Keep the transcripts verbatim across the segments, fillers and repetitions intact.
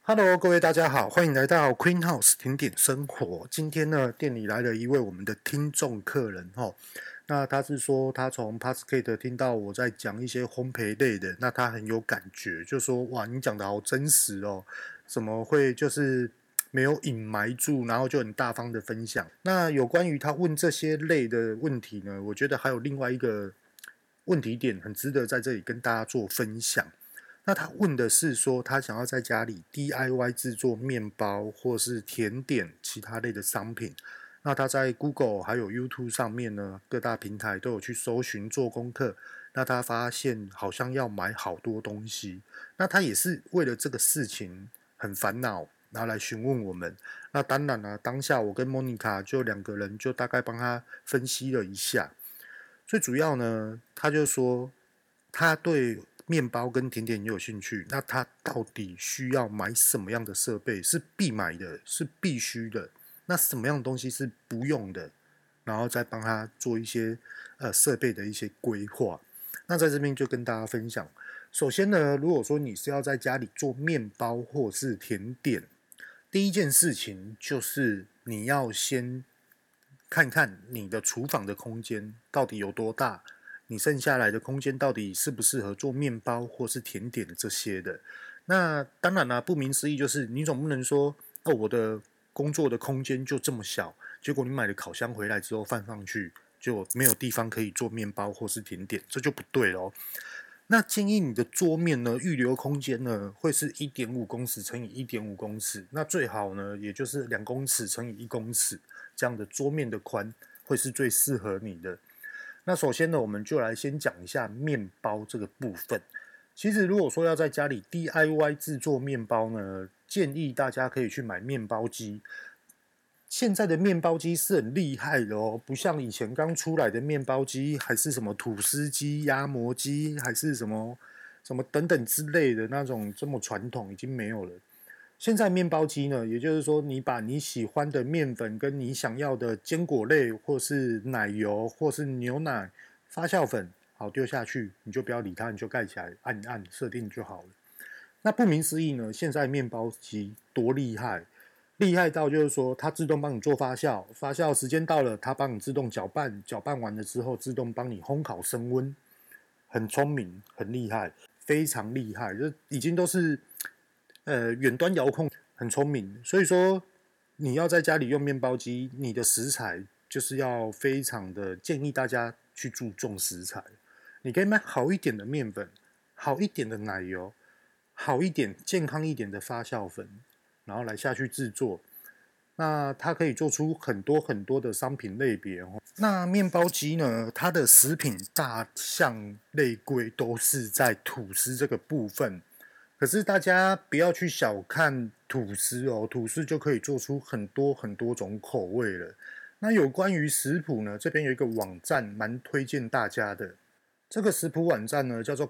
Hello，各位大家好，欢迎来到 Queen House 甜点生活。今天呢，店里来了一位我们的听众客人哈。那他是说，他从 Podcast 听到我在讲一些烘焙类的，那他很有感觉，就说哇，你讲的好真实哦，怎么会就是没有隐瞒住，然后就很大方的分享。那有关于他问这些类的问题呢，我觉得还有另外一个问题点很值得在这里跟大家做分享。那他问的是说，他想要在家里 D I Y 制作面包或是甜点其他类的商品。那他在 Google 还有 YouTube 上面呢，各大平台都有去搜寻做功课。那他发现好像要买好多东西，那他也是为了这个事情很烦恼，然后来询问我们。那当然了、啊，当下我跟 Monica 就两个人就大概帮他分析了一下。最主要呢，他就说他对面包跟甜点也有兴趣，那他到底需要买什么样的设备？是必买的，是必须的？那什么样的东西是不用的？然后再帮他做一些呃设备的一些规划。那在这边就跟大家分享，首先呢，如果说你是要在家里做面包或是甜点，第一件事情就是你要先看看你的厨房的空间到底有多大，你剩下来的空间到底适不适合做面包或是甜点这些的。那当然啦，不明思义就是你总不能说哦，我的工作的空间就这么小，结果你买了烤箱回来之后放上去就没有地方可以做面包或是甜点，这就不对咯。那建议你的桌面呢，预留空间呢，会是 一点五公尺乘以 一点五公尺，那最好呢，也就是两公尺乘以一公尺，这样的桌面的宽会是最适合你的。那首先呢，我们就来先讲一下面包这个部分。其实如果说要在家里 D I Y 制作面包呢，建议大家可以去买面包机。现在的面包机是很厉害的哦，不像以前刚出来的面包机，还是什么吐司机、压模机，还是什么什么等等之类的那种这么传统，已经没有了。现在面包机呢，也就是说，你把你喜欢的面粉跟你想要的坚果类，或是奶油，或是牛奶、发酵粉，好丢下去，你就不要理它，你就盖起来，按一按设定就好了。那不明思义呢，现在面包机多厉害，厉害到就是说，它自动帮你做发酵，发酵时间到了，它帮你自动搅拌，搅拌完了之后，自动帮你烘烤升温，很聪明，很厉害，非常厉害，这已经都是呃远端遥控，很聪明。所以说，你要在家里用面包机，你的食材就是要非常的建议大家去注重食材。你可以买好一点的面粉，好一点的奶油，好一点健康一点的发酵粉，然后来下去制作。那它可以做出很多很多的商品类别哦。那面包机呢，它的食品大项类归都是在吐司这个部分。可是大家不要去小看吐司哦，吐司就可以做出很多很多种口味了。那有关于食谱呢，这边有一个网站蛮推荐大家的。这个食谱网站呢叫做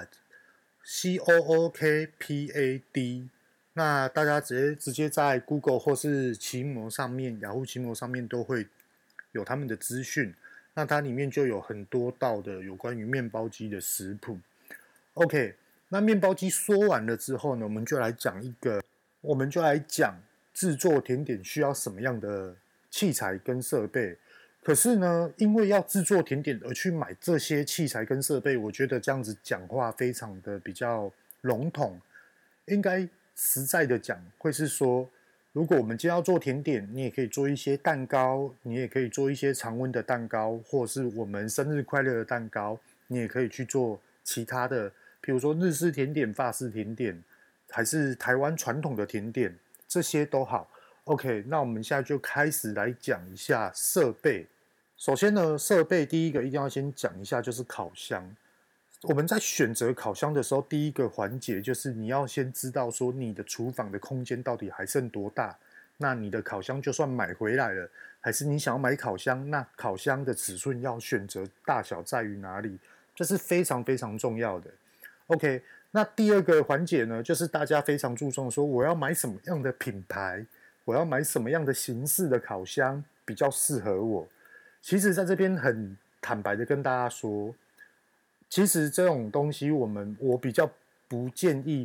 Cookpad，C O O K P A D。那大家直接直接在 Google 或是奇摩上面、雅虎奇摩上面都会有他们的资讯。那它里面就有很多道的有关于面包机的食谱。OK， 那面包机说完了之后呢，我们就来讲一个，我们就来讲制作甜点需要什么样的器材跟设备。可是呢，因为要制作甜点而去买这些器材跟设备，我觉得这样子讲话非常的比较笼统。应该实在的讲，会是说，如果我们今天要做甜点，你也可以做一些蛋糕，你也可以做一些常温的蛋糕，或是我们生日快乐的蛋糕，你也可以去做其他的，比如说日式甜点、法式甜点，还是台湾传统的甜点，这些都好。OK， 那我们现在就开始来讲一下设备。首先呢，设备第一个一定要先讲一下，就是烤箱。我们在选择烤箱的时候，第一个环节就是你要先知道说你的厨房的空间到底还剩多大。那你的烤箱就算买回来了，还是你想要买烤箱，那烤箱的尺寸要选择大小在于哪里，这是非常非常重要的。OK， 那第二个环节呢，就是大家非常注重说我要买什么样的品牌，我要买什么样的形式的烤箱比较适合我。其实在这边很坦白的跟大家说，其实这种东西我们我比较不建议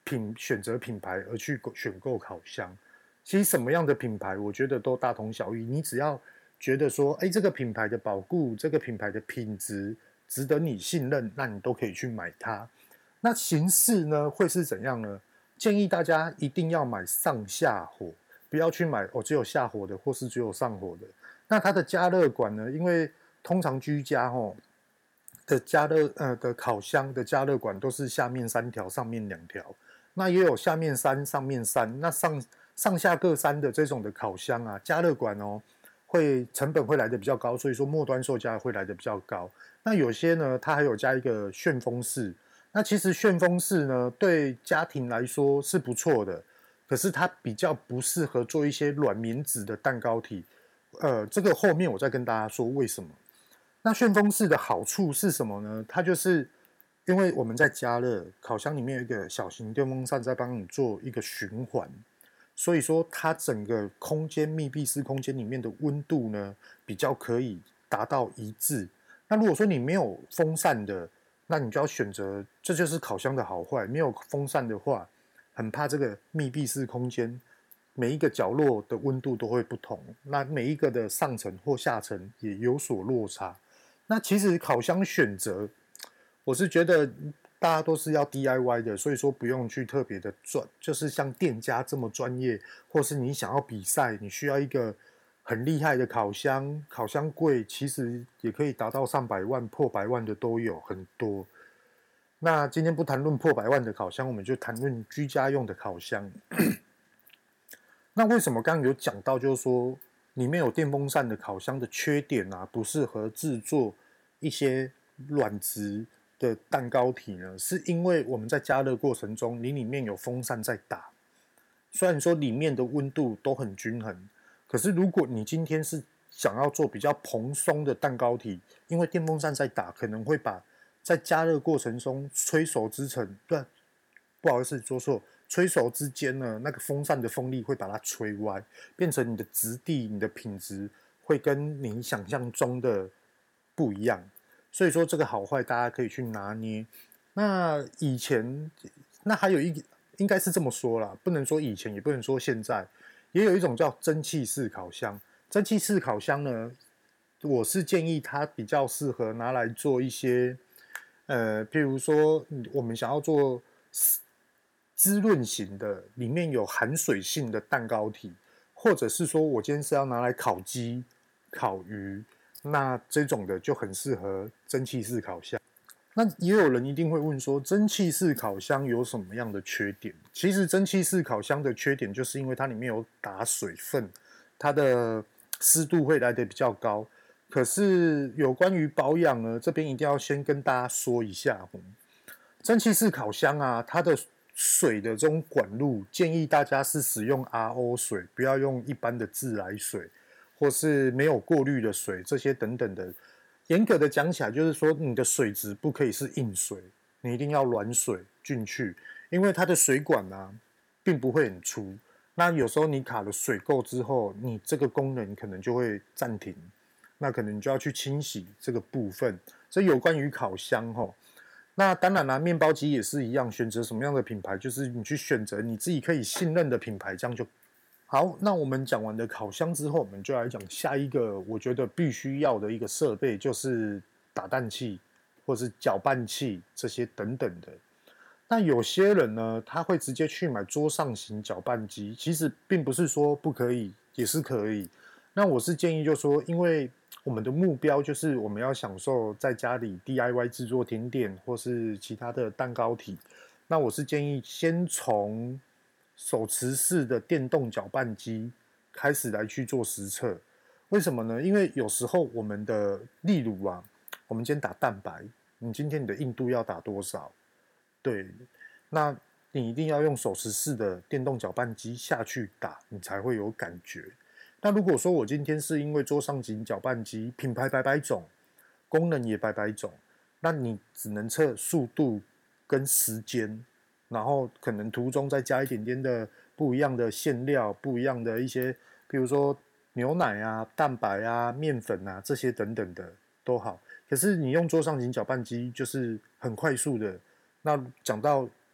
品选择品牌而去选购烤箱。其实什么样的品牌，我觉得都大同小异。你只要觉得说，哎，这个品牌的保固，这个品牌的品质值得你信任，那你都可以去买它。那形式呢，会是怎样呢？建议大家一定要买上下火，不要去买哦只有下火的，或是只有上火的。那它的加热管呢，因为通常居家吼的加热呃的烤箱的加热管都是下面三条，上面两条。那也有下面三，上面三，那上上下各三的这种的烤箱啊，加热管哦，会成本会来的比较高，所以说末端售价会来的比较高。那有些呢，它还有加一个旋风式。那其实旋风式呢，对家庭来说是不错的，可是它比较不适合做一些软绵质的蛋糕体。呃，这个后面我再跟大家说为什么。那旋风式的好处是什么呢？它就是因为我们在加热，烤箱里面有一个小型电风扇在帮你做一个循环，所以说它整个空间密闭式空间里面的温度呢，比较可以达到一致。那如果说你没有风扇的，那你就要选择，这就是烤箱的好坏。没有风扇的话，很怕这个密闭式空间每一个角落的温度都会不同，那每一个的上层或下层也有所落差。那其实烤箱选择，我是觉得大家都是要 D I Y 的，所以说不用去特别的专，就是像店家这么专业，或是你想要比赛，你需要一个很厉害的烤箱，烤箱柜其实也可以达到上百万、破百万的都有很多。那今天不谈论破百万的烤箱，我们就谈论居家用的烤箱。那为什么刚刚有讲到，就是说里面有电风扇的烤箱的缺点啊，不适合制作一些软质的蛋糕体呢？是因为我们在加热过程中，你里面有风扇在打，虽然说里面的温度都很均衡，可是如果你今天是想要做比较蓬松的蛋糕体，因为电风扇在打，可能会把在加热过程中催熟之程，对，不好意思说错，催熟之间呢，那个风扇的风力会把它吹歪，变成你的质地、你的品质会跟你想象中的不一样。所以说这个好坏大家可以去拿捏。那以前，那还有一应该是这么说啦，不能说以前，也不能说现在，也有一种叫蒸汽式烤箱。蒸汽式烤箱呢，我是建议它比较适合拿来做一些，呃，譬如说我们想要做滋润型的，里面有含水性的蛋糕体，或者是说我今天是要拿来烤鸡、烤鱼，那这种的就很适合蒸汽式烤箱。那也有人一定会问说，蒸汽式烤箱有什么样的缺点？其实蒸汽式烤箱的缺点就是因为它里面有打水分，它的湿度会来得比较高。可是有关于保养呢，这边一定要先跟大家说一下，蒸汽式烤箱啊，它的水的这种管路，建议大家是使用 R O 水，不要用一般的自来水，或是没有过滤的水，这些等等的。严格的讲起来，就是说你的水质不可以是硬水，你一定要软水进去，因为它的水管啊，并不会很粗。那有时候你卡了水垢之后，你这个功能可能就会暂停，那可能你就要去清洗这个部分。这有关于烤箱吼。那当然啦，面包机也是一样，选择什么样的品牌，就是你去选择你自己可以信任的品牌，这样就好。那我们讲完的烤箱之后，我们就来讲下一个我觉得必须要的一个设备，就是打蛋器或是搅拌器这些等等的。那有些人呢，他会直接去买桌上型搅拌机，其实并不是说不可以，也是可以。那我是建议就说，因为我们的目标就是我们要享受在家里 D I Y 制作甜点或是其他的蛋糕体。那我是建议先从手持式的电动搅拌机开始来去做实测。为什么呢？因为有时候我们的，例如啊，我们今天打蛋白，你今天你的硬度要打多少？对，那你一定要用手持式的电动搅拌机下去打，你才会有感觉。那如果说我今天是因为桌上型搅拌机品牌百百种，功能也百百种，那你只能测速度跟时间，然后可能途中再加一点点的不一样的馅料，不一样的一些，比如说牛奶啊、蛋白啊、面粉啊这些等等的都好。可是你用桌上型搅拌机就是很快速的。那讲到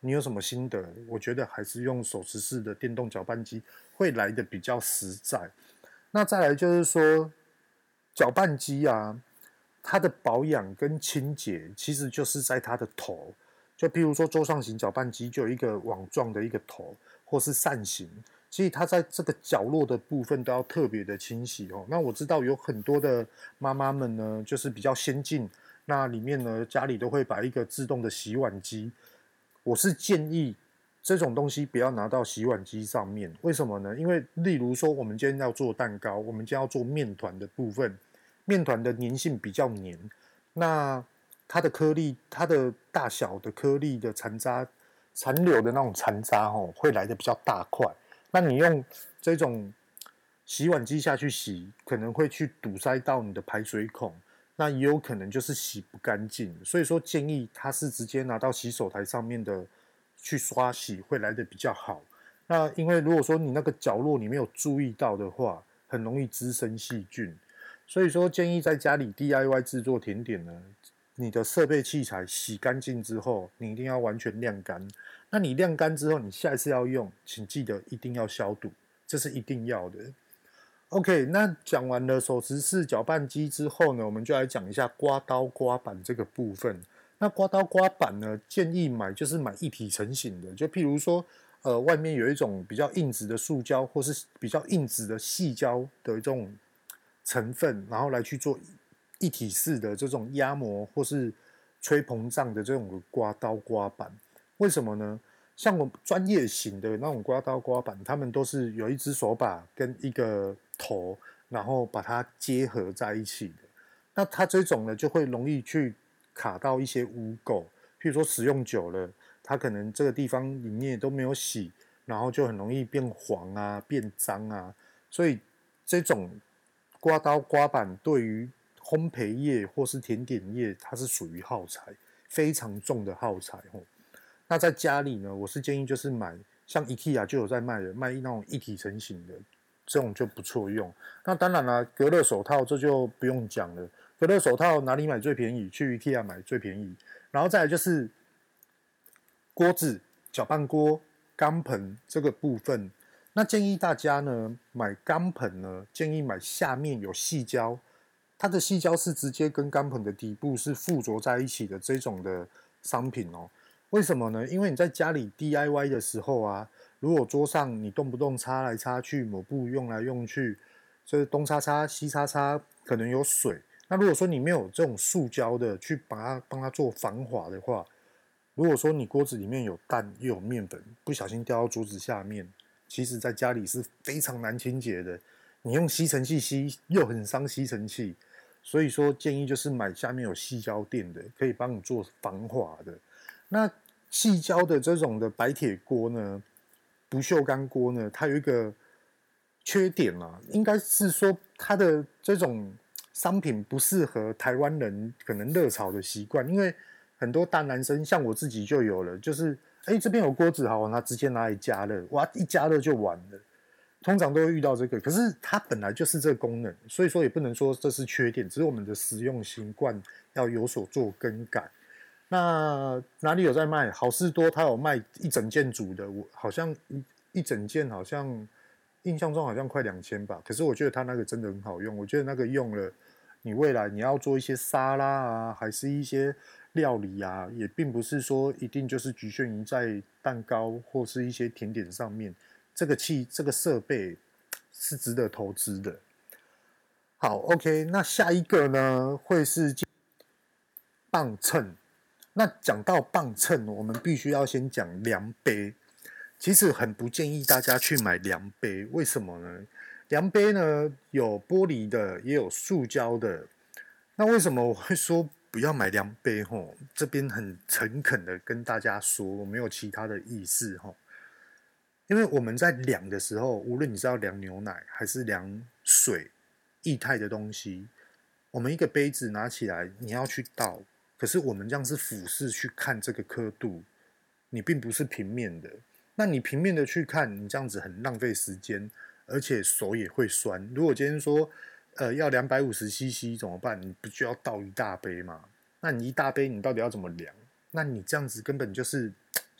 你有什么心得？我觉得还是用手持式的电动搅拌机会来的比较实在。那再来就是说，搅拌机啊，它的保养跟清洁其实就是在它的头，就譬如说桌上型搅拌机就有一个网状的一个头，或是扇形，其实它在这个角落的部分都要特别的清洗哦。那我知道有很多的妈妈们呢，就是比较先进，那里面呢家里都会摆一个自动的洗碗机。我是建议这种东西不要拿到洗碗机上面，为什么呢？因为例如说我们今天要做蛋糕，我们今天要做面团的部分，面团的粘性比较黏，那它的颗粒、它的大小的颗粒的残渣、残留的那种残渣哦，会来的比较大块。那你用这种洗碗机下去洗，可能会去堵塞到你的排水孔，那也有可能就是洗不干净。所以说建议它是直接拿到洗手台上面的去刷洗，会来的比较好。那因为如果说你那个角落你没有注意到的话，很容易滋生细菌。所以说建议在家里 D I Y 制作甜点呢，你的设备器材洗干净之后，你一定要完全晾干。那你晾干之后，你下一次要用，请记得一定要消毒，这是一定要的。OK， 那讲完了手持式搅拌机之后呢，我们就来讲一下刮刀刮板这个部分。那刮刀刮板呢，建议买就是买一体成型的，就譬如说，呃，外面有一种比较硬质的塑胶，或是比较硬质的细胶的这种成分，然后来去做一体式的这种压模或是吹膨胀的这种刮刀刮板。为什么呢？像我专业型的那种刮刀刮板，他们都是有一只手把跟一个头，然后把它结合在一起的。那它这种呢，就会容易去卡到一些污垢，譬如说使用久了，它可能这个地方里面都没有洗，然后就很容易变黄啊、变脏啊。所以这种刮刀刮板对于烘焙业或是甜点业，它是属于耗材，非常重的耗材哦。那在家里呢，我是建议就是买像 IKEA 就有在卖的，卖那种一体成型的，这种就不错用。那当然啦，隔热手套这就不用讲了，隔热手套哪里买最便宜？去 IKEA 买最便宜。然后再来就是锅子、搅拌锅、钢盆这个部分，那建议大家呢买钢盆呢，建议买下面有细胶，它的细胶是直接跟钢盆的底部是附着在一起的这种的商品哦。为什么呢？因为你在家里 D I Y 的时候啊，如果桌上你动不动擦来擦去，抹布用来用去，就是东擦擦西擦擦，可能有水。那如果说你没有这种塑胶的去把它帮它做防滑的话，如果说你锅子里面有蛋又有面粉，不小心掉到桌子下面，其实在家里是非常难清洁的。你用吸尘器吸又很伤吸尘器，所以说建议就是买下面有细胶垫的，可以帮你做防滑的。那细胶的这种的白铁锅呢，不锈钢锅呢，它有一个缺点啊，应该是说它的这种商品不适合台湾人可能热炒的习惯，因为很多大男生像我自己就有了，就是哎这边有锅子好，那直接拿来加热，哇一加热就完了。通常都会遇到这个，可是它本来就是这个功能，所以说也不能说这是缺点，只是我们的使用习惯要有所做更改。那哪里有在卖？好事多它有卖一整件组的，我好像一一整件好像印象中好像快两千吧。可是我觉得它那个真的很好用，我觉得那个用了，你未来你要做一些沙拉啊，还是一些料理啊，也并不是说一定就是局限于在蛋糕或是一些甜点上面。这个器这个设备是值得投资的。好 ，OK， 那下一个呢会是磅秤。那讲到磅秤，我们必须要先讲量杯。其实很不建议大家去买量杯，为什么呢？量杯呢有玻璃的，也有塑胶的。那为什么我会说不要买量杯？吼，这边很诚恳的跟大家说，我没有其他的意思吼。因为我们在量的时候，无论你是要量牛奶还是量水、液态的东西，我们一个杯子拿起来，你要去倒。可是我们这样是俯视去看这个刻度，你并不是平面的。那你平面的去看，你这样子很浪费时间，而且手也会酸。如果今天说，呃，要两百五十 C C 怎么办？你不就要倒一大杯吗？那你一大杯，你到底要怎么量？那你这样子根本就是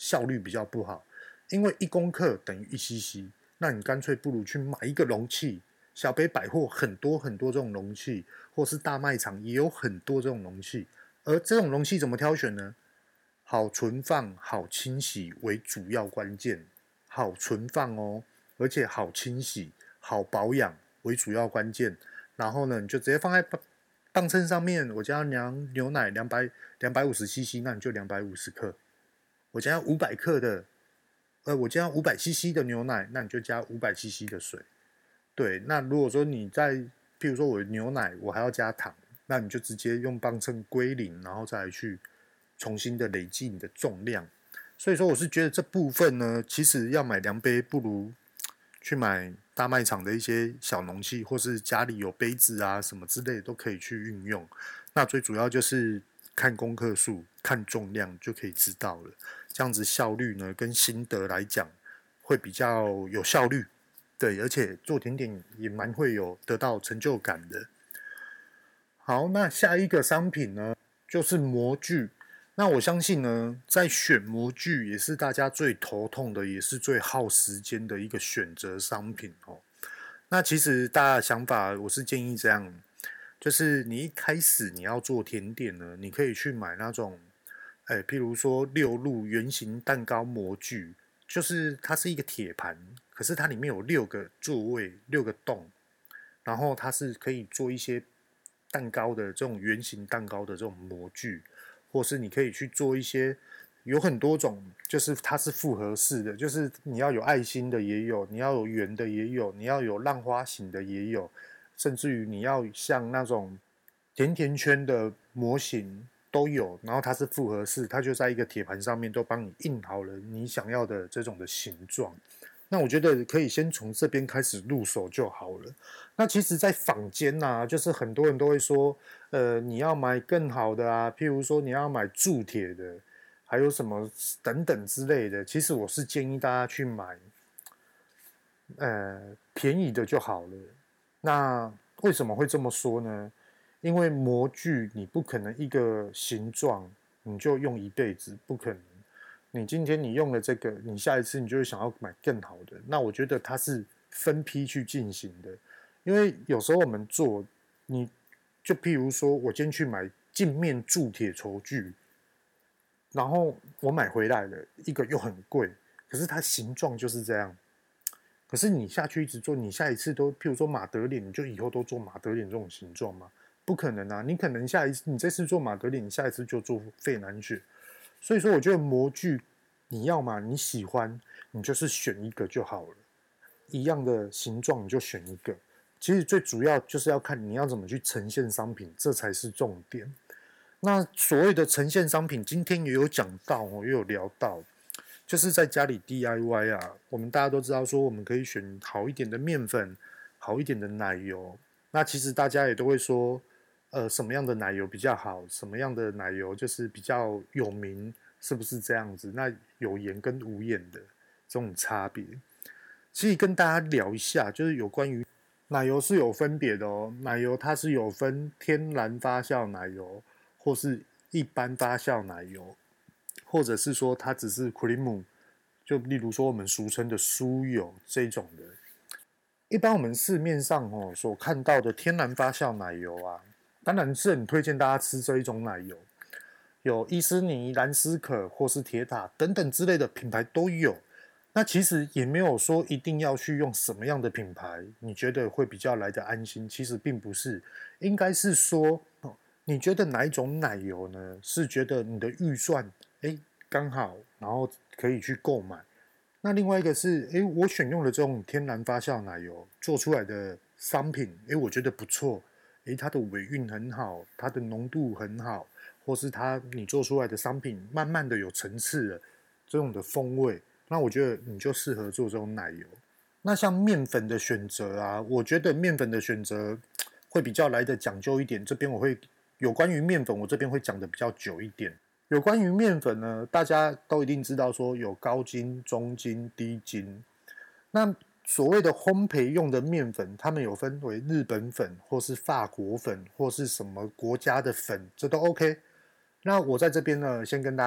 效率比较不好，因为一公克等于一 C C， 那你干脆不如去买一个容器，小北百货很多很多这种容器，或是大卖场也有很多这种容器，而这种容器怎么挑选呢？好存放、好清洗为主要关键，好存放哦，而且好清洗、好保养为主要关键。然后呢，你就直接放在磅秤上面，我家量牛奶两百两百五十 C C， 那你就两百五十克。我家五百克的，呃，我家五百 C C 的牛奶，那你就加五百 C C 的水。对，那如果说你在，譬如说我牛奶我还要加糖，那你就直接用磅秤归零，然后再来去重新的累积你的重量。所以说，我是觉得这部分呢，其实要买量杯，不如去买大卖场的一些小容器，或是家里有杯子啊什么之类的都可以去运用。那最主要就是看公克数、看重量就可以知道了。这样子效率呢，跟心得来讲，会比较有效率。对，而且做甜点也蛮会有得到成就感的。好，那下一个商品呢，就是模具。那我相信呢，在选模具也是大家最头痛的，也是最耗时间的一个选择商品哦。那其实大家的想法，我是建议这样，就是你一开始你要做甜点呢，你可以去买那种，哎，譬如说六路圆形蛋糕模具，就是它是一个铁盘，可是它里面有六个座位，六个洞，然后它是可以做一些蛋糕的这种圆形蛋糕的这种模具。或是你可以去做一些，有很多种，就是它是复合式的，就是你要有爱心的也有，你要有圆的也有，你要有浪花形的也有，甚至于你要像那种甜甜圈的模型都有，然后它是复合式，它就在一个铁盘上面都帮你印好了你想要的这种的形状。那我觉得可以先从这边开始入手就好了。那其实，在坊间啊，就是很多人都会说，呃，你要买更好的啊，譬如说你要买铸铁的，还有什么等等之类的。其实我是建议大家去买，呃，便宜的就好了。那为什么会这么说呢？因为模具你不可能一个形状你就用一辈子，不可能。你今天你用了这个，你下一次你就会想要买更好的。那我觉得它是分批去进行的，因为有时候我们做，你就譬如说我今天去买镜面铸铁厨具，然后我买回来了一个又很贵，可是它形状就是这样。可是你下去一直做，你下一次都譬如说马德莲，你就以后都做马德莲这种形状吗？不可能啊！你可能下一次你这次做马德莲，你下一次就做费南雪。所以说，我觉得模具你要嘛你喜欢，你就是选一个就好了，一样的形状你就选一个。其实最主要就是要看你要怎么去呈现商品，这才是重点。那所谓的呈现商品，今天也有讲到哦，也有聊到，就是在家里 D I Y 啊，我们大家都知道说，我们可以选好一点的面粉，好一点的奶油。那其实大家也都会说，呃，什么样的奶油比较好，什么样的奶油就是比较有名，是不是这样子？那有盐跟无盐的这种差别，其实跟大家聊一下，就是有关于奶油是有分别的哦。奶油它是有分天然发酵奶油，或是一般发酵奶油，或者是说它只是 cream， 就例如说我们俗称的酥油这种的。一般我们市面上哦所看到的天然发酵奶油啊，当然是很推荐大家吃这一种奶油，有伊斯尼、兰斯可或是铁塔等等之类的品牌都有。那其实也没有说一定要去用什么样的品牌，你觉得会比较来得安心？其实并不是，应该是说，你觉得哪一种奶油呢？是觉得你的预算哎刚好，然后可以去购买。那另外一个是，哎，我选用了这种天然发酵奶油做出来的商品，哎，我觉得不错，哎，它的尾韵很好，它的浓度很好，或是它你做出来的商品慢慢的有层次了，这种的风味，那我觉得你就适合做这种奶油。那像面粉的选择啊，我觉得面粉的选择会比较来的讲究一点，这边我会有关于面粉，我这边会讲的比较久一点。有关于面粉呢，大家都一定知道说有高筋、中筋、低筋。那所谓的烘焙用的面粉，它们有分为日本粉，或是法国粉，或是什么国家的粉，这都 OK。那我在这边呢，先跟大家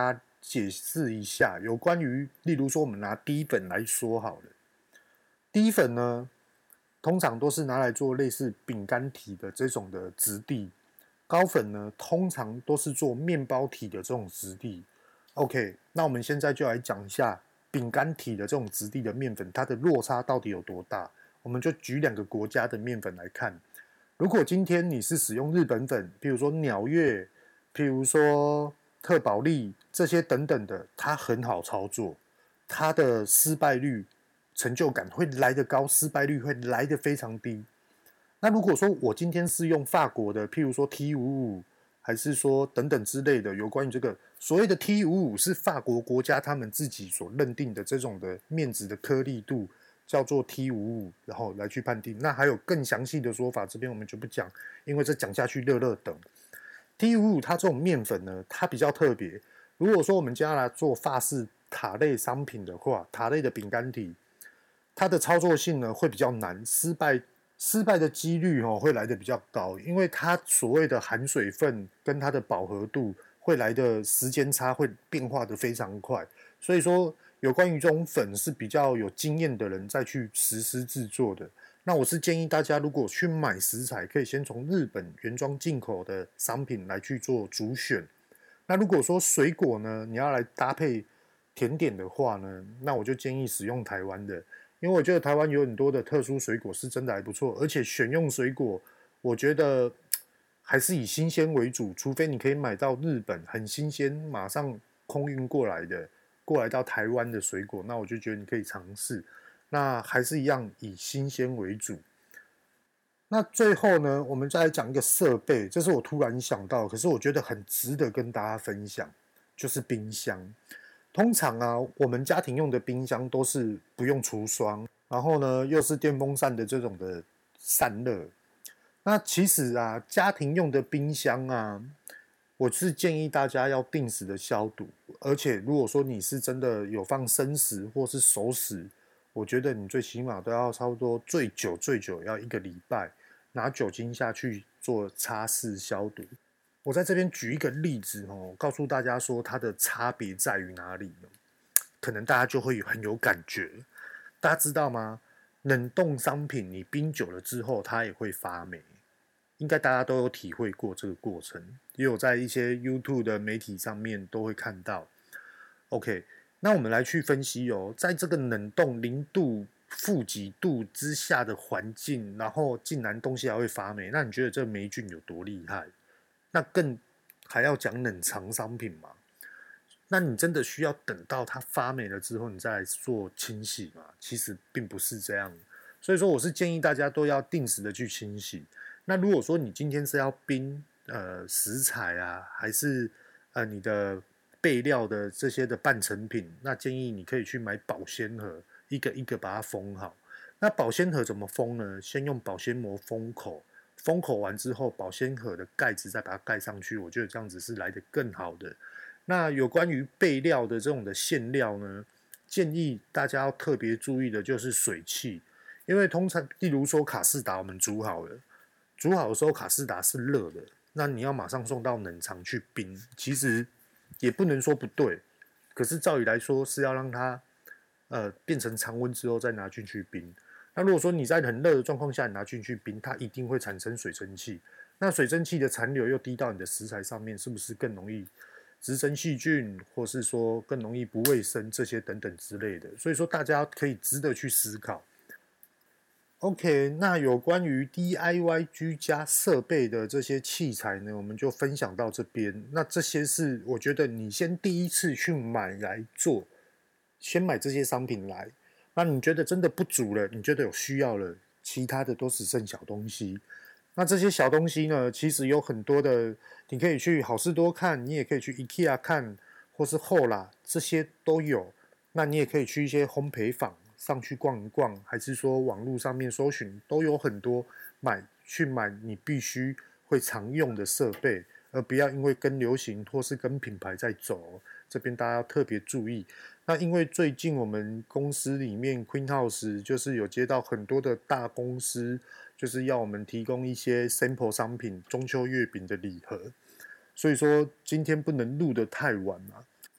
解释一下有关于，例如说我们拿低粉来说好了，低粉呢，通常都是拿来做类似饼干体的这种的质地，高粉呢，通常都是做面包体的这种质地。OK， 那我们现在就来讲一下饼干体的这种质地的面粉，它的落差到底有多大？我们就举两个国家的面粉来看。如果今天你是使用日本粉，譬如说鸟月，譬如说特宝利这些等等的，它很好操作，它的失败率、成就感会来得高，失败率会来得非常低。那如果说我今天是用法国的，譬如说 T 五十五，还是说等等之类的，有关于这个所谓的 T 五十五是法国国家他们自己所认定的这种的面质的颗粒度，叫做 T 五十五，然后来去判定。那还有更详细的说法，这边我们就不讲，因为这讲下去热热等。T 五十五它这种面粉呢，它比较特别。如果说我们将来做法式塔类商品的话，塔类的饼干体，它的操作性呢会比较难，失败失败的几率哦会来的比较高，因为它所谓的含水分跟它的饱和度会来的时间差会变化的非常快，所以说有关于这种粉是比较有经验的人再去实施制作的。那我是建议大家，如果去买食材，可以先从日本原装进口的商品来去做主选。那如果说水果呢，你要来搭配甜点的话呢，那我就建议使用台湾的，因为我觉得台湾有很多的特殊水果是真的还不错，而且选用水果，我觉得还是以新鲜为主，除非你可以买到日本很新鲜，马上空运过来的，过来到台湾的水果，那我就觉得你可以尝试。那还是一样以新鲜为主。那最后呢，我们再来讲一个设备，这是我突然想到，可是我觉得很值得跟大家分享，就是冰箱。通常啊，我们家庭用的冰箱都是不用除霜，然后呢又是电风扇的这种的散热。那其实啊，家庭用的冰箱啊，我是建议大家要定时的消毒，而且如果说你是真的有放生食或是熟食，我觉得你最起码都要差不多最久最久要一个礼拜，拿酒精下去做擦拭消毒。我在这边举一个例子哦，告诉大家说它的差别在于哪里呢？可能大家就会很有感觉。大家知道吗？冷冻商品你冰久了之后，它也会发霉。应该大家都有体会过这个过程，也有在一些 YouTube 的媒体上面都会看到。OK， 那我们来去分析哦，在这个冷冻零度、负几度之下的环境，然后竟然东西还会发霉，那你觉得这个霉菌有多厉害？那更还要讲冷藏商品嘛？那你真的需要等到它发霉了之后，你再来做清洗吗？其实并不是这样。所以说，我是建议大家都要定时的去清洗。那如果说你今天是要冰呃食材啊，还是呃你的备料的这些的半成品，那建议你可以去买保鲜盒，一个一个把它封好。那保鲜盒怎么封呢？先用保鲜膜封口，封口完之后，保鲜盒的盖子再把它盖上去，我觉得这样子是来得更好的。那有关于备料的这种的馅料呢，建议大家要特别注意的就是水汽，因为通常例如说卡士达我们煮好了。煮好的时候，卡士达是热的，那你要马上送到冷藏去冰，其实也不能说不对，可是照理来说是要让它呃变成常温之后再拿进去冰。那如果说你在很热的状况下你拿进去冰，它一定会产生水蒸气，那水蒸气的残留又滴到你的食材上面，是不是更容易滋生细菌，或是说更容易不卫生这些等等之类的？所以说大家可以值得去思考。OK， 那有关于 D I Y 居家设备的这些器材呢，我们就分享到这边。那这些是我觉得你先第一次去买来做，先买这些商品来。那你觉得真的不足了，你觉得有需要了，其他的都只剩小东西。那这些小东西呢，其实有很多的，你可以去好事多看，你也可以去 IKEA 看，或是后啦，这些都有。那你也可以去一些烘焙坊上去逛一逛，还是说网络上面搜寻，都有很多买去买你必须会常用的设备，而不要因为跟流行或是跟品牌在走，这边大家要特别注意。那因为最近我们公司里面 Queen House 就是有接到很多的大公司，就是要我们提供一些 sample 商品，中秋月饼的礼盒，所以说今天不能录得太晚嘛。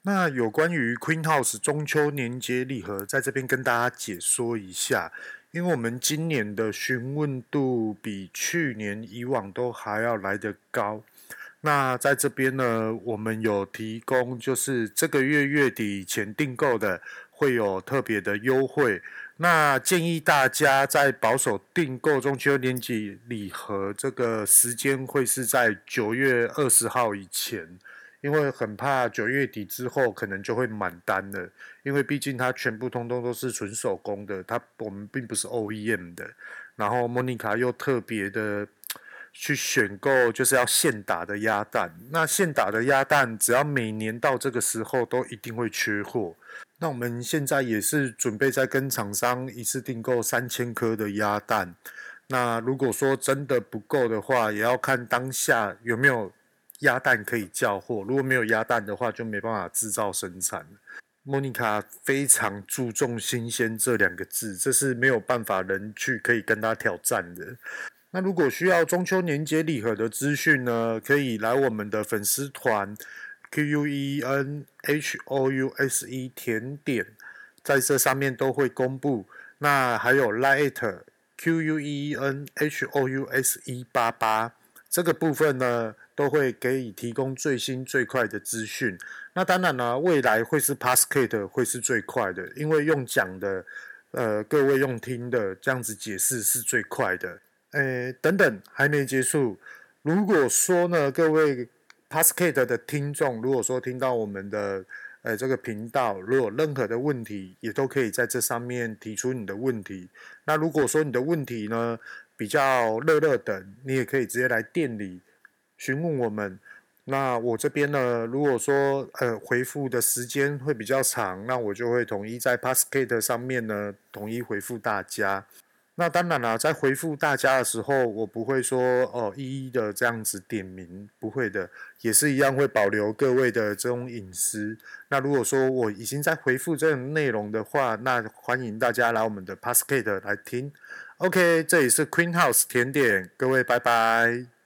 那有关于 Queen House 中秋年节礼盒，在这边跟大家解说一下，因为我们今年的询问度比去年以往都还要来得高。那在这边呢，我们有提供，就是这个月月底前订购的会有特别的优惠。那建议大家在保守订购中秋年节礼盒，这个时间会是在九月二十号以前。因为很怕九月底之后可能就会满单了，因为毕竟它全部通通都是纯手工的，它我们并不是 O E M 的。然后莫妮卡又特别的去选购，就是要现打的鸭蛋。那现打的鸭蛋，只要每年到这个时候都一定会缺货。那我们现在也是准备在跟厂商一次订购三千颗的鸭蛋。那如果说真的不够的话，也要看当下有没有鸭蛋可以叫货，如果没有鸭蛋的话，就没办法制造生产。莫妮卡非常注重新鲜这两个字，这是没有办法人去可以跟他挑战的。那如果需要中秋年节礼盒的资讯呢，可以来我们的粉丝团 Q U E N H O U S E 甜点，在这上面都会公布。那还有 Line Q U E N H O U S E 八八这个部分呢，都会给予提供最新最快的资讯。那当然呢，未来会是 Passkate 会是最快的，因为用讲的，呃，各位用听的这样子解释是最快的。诶，等等，还没结束。如果说呢，各位 Passkate 的听众，如果说听到我们的呃这个频道，如果有任何的问题，也都可以在这上面提出你的问题。那如果说你的问题呢比较热热等，你也可以直接来店里询问我们。那我这边呢，如果说呃回复的时间会比较长，那我就会统一在 Passkate 上面呢统一回复大家。那当然啦，在回复大家的时候，我不会说哦一一的这样子点名，不会的，也是一样会保留各位的这种隐私。那如果说我已经在回复这种内容的话，那欢迎大家来我们的 Passkate 来听。OK， 这里是 Queen House 甜点，各位拜拜。